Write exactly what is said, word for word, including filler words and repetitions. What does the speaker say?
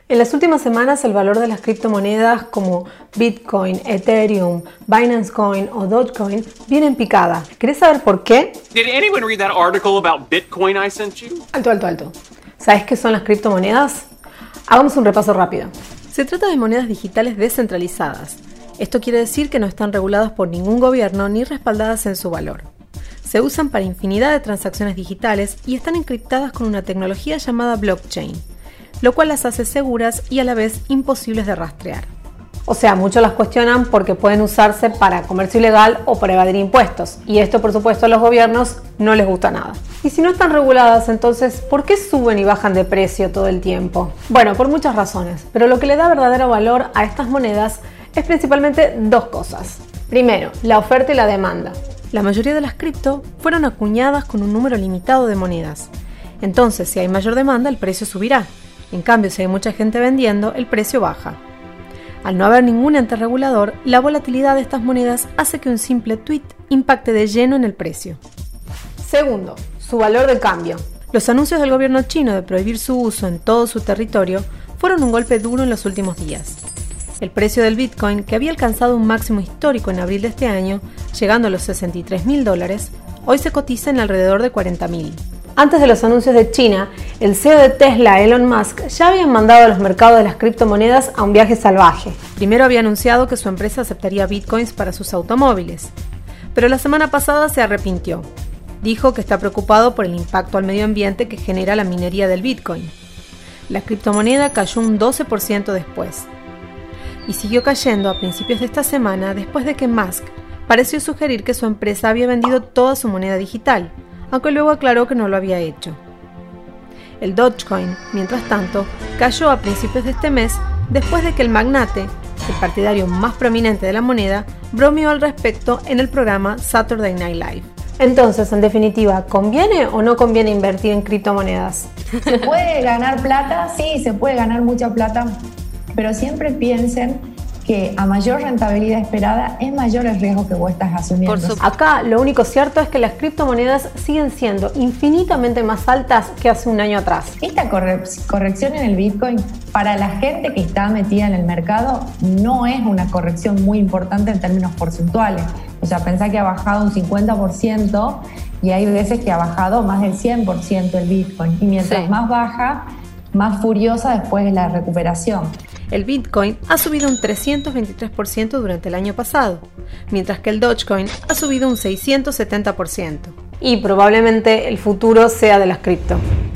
En las últimas semanas el valor de las criptomonedas como Bitcoin, Ethereum, Binance Coin o Dogecoin viene en picada. ¿Querés saber por qué? Did anyone read that article about Bitcoin I sent you? Alto, alto, alto. ¿Sabes qué son las criptomonedas? Hagamos un repaso rápido. Se trata de monedas digitales descentralizadas. Esto quiere decir que no están reguladas por ningún gobierno ni respaldadas en su valor. Se usan para infinidad de transacciones digitales y están encriptadas con una tecnología llamada blockchain, lo cual las hace seguras y a la vez imposibles de rastrear. O sea, muchos las cuestionan porque pueden usarse para comercio ilegal o para evadir impuestos, y esto por supuesto a los gobiernos no les gusta nada. Y si no están reguladas, entonces, ¿por qué suben y bajan de precio todo el tiempo? Bueno, por muchas razones, pero lo que le da verdadero valor a estas monedas es principalmente dos cosas. Primero, la oferta y la demanda. La mayoría de las cripto fueron acuñadas con un número limitado de monedas. Entonces, si hay mayor demanda, el precio subirá. En cambio, si hay mucha gente vendiendo, el precio baja. Al no haber ningún ente regulador, la volatilidad de estas monedas hace que un simple tweet impacte de lleno en el precio. Segundo, su valor de cambio. Los anuncios del gobierno chino de prohibir su uso en todo su territorio fueron un golpe duro en los últimos días. El precio del Bitcoin, que había alcanzado un máximo histórico en abril de este año, llegando a los sesenta y tres mil dólares, hoy se cotiza en alrededor de cuarenta mil. Antes de los anuncios de China, el C E O de Tesla, Elon Musk, ya había mandado a los mercados de las criptomonedas a un viaje salvaje. Primero había anunciado que su empresa aceptaría bitcoins para sus automóviles, pero la semana pasada se arrepintió. Dijo que está preocupado por el impacto al medio ambiente que genera la minería del bitcoin. La criptomoneda cayó un doce por ciento después, y siguió cayendo a principios de esta semana después de que Musk pareció sugerir que su empresa había vendido toda su moneda digital, aunque luego aclaró que no lo había hecho. El Dogecoin, mientras tanto, cayó a principios de este mes después de que el magnate, el partidario más prominente de la moneda, bromeó al respecto en el programa Saturday Night Live. Entonces, en definitiva, ¿conviene o no conviene invertir en criptomonedas? ¿Se puede ganar plata? Sí, se puede ganar mucha plata, pero siempre piensen que a mayor rentabilidad esperada es mayor el riesgo que vos estás asumiendo. Acá lo único cierto es que las criptomonedas siguen siendo infinitamente más altas que hace un año atrás. Esta corre- corrección en el Bitcoin, para la gente que está metida en el mercado, no es una corrección muy importante en términos porcentuales. O sea, pensá que ha bajado un cincuenta por ciento y hay veces que ha bajado más del cien por ciento el Bitcoin. Y mientras sí. más baja, más furiosa después es la recuperación. El Bitcoin ha subido un trescientos veintitrés por ciento durante el año pasado, mientras que el Dogecoin ha subido un seiscientos setenta por ciento. Y probablemente el futuro sea de las cripto.